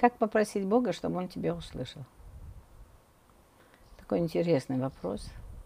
Как попросить Бога, чтобы Он тебя услышал? Такой интересный вопрос.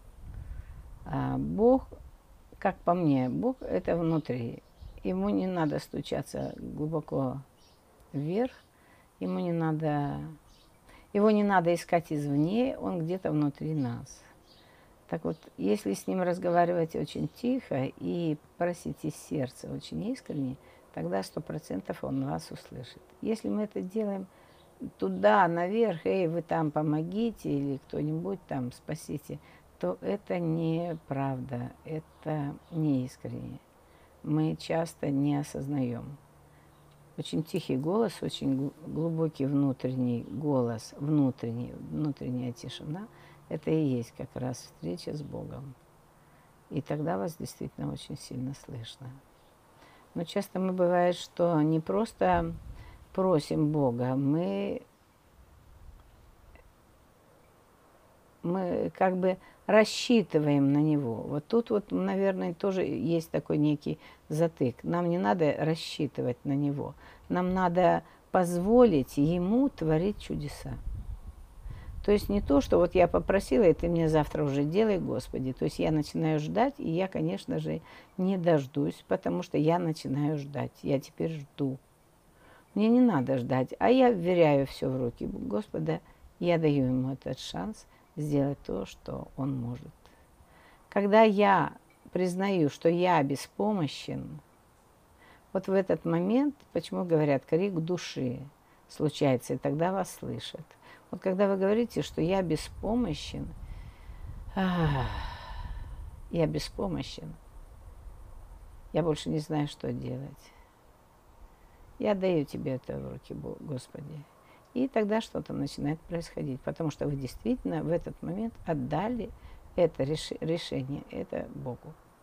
Бог, как по мне, Бог – это внутри. Ему не надо стучаться глубоко вверх, его не надо искать извне, Он где-то внутри нас. Так вот, если с Ним разговаривать очень тихо и просить из сердца очень искренне, тогда 100% Он вас услышит. Если мы это делаем туда, наверх, эй, вы там помогите, или кто-нибудь там спасите, то это неправда, это не искренне. Мы часто не осознаем. Очень тихий голос, очень глубокий внутренний голос, внутренняя тишина, это и есть как раз встреча с Богом. И тогда вас действительно очень сильно слышно. Но часто бывает, что не просто просим Бога, мы как бы рассчитываем на Него. Вот тут вот, наверное, тоже есть такой некий затык. Нам не надо рассчитывать на Него. Нам надо позволить Ему творить чудеса. То есть не то, что вот я попросила, и ты мне завтра уже делай, Господи. То есть я начинаю ждать, и я, конечно же, не дождусь, потому что я начинаю ждать. Я теперь жду. Мне не надо ждать, а я вверяю все в руки Господа. Я даю Ему этот шанс сделать то, что Он может. Когда я признаю, что я беспомощен, вот в этот момент, почему говорят, крик души случается, и тогда вас слышат. Вот когда вы говорите, что я беспомощен, я беспомощен, я больше не знаю, что делать. Я даю тебе это в руки, Господи. И тогда что-то начинает происходить, потому что вы действительно в этот момент отдали это решение, это Богу.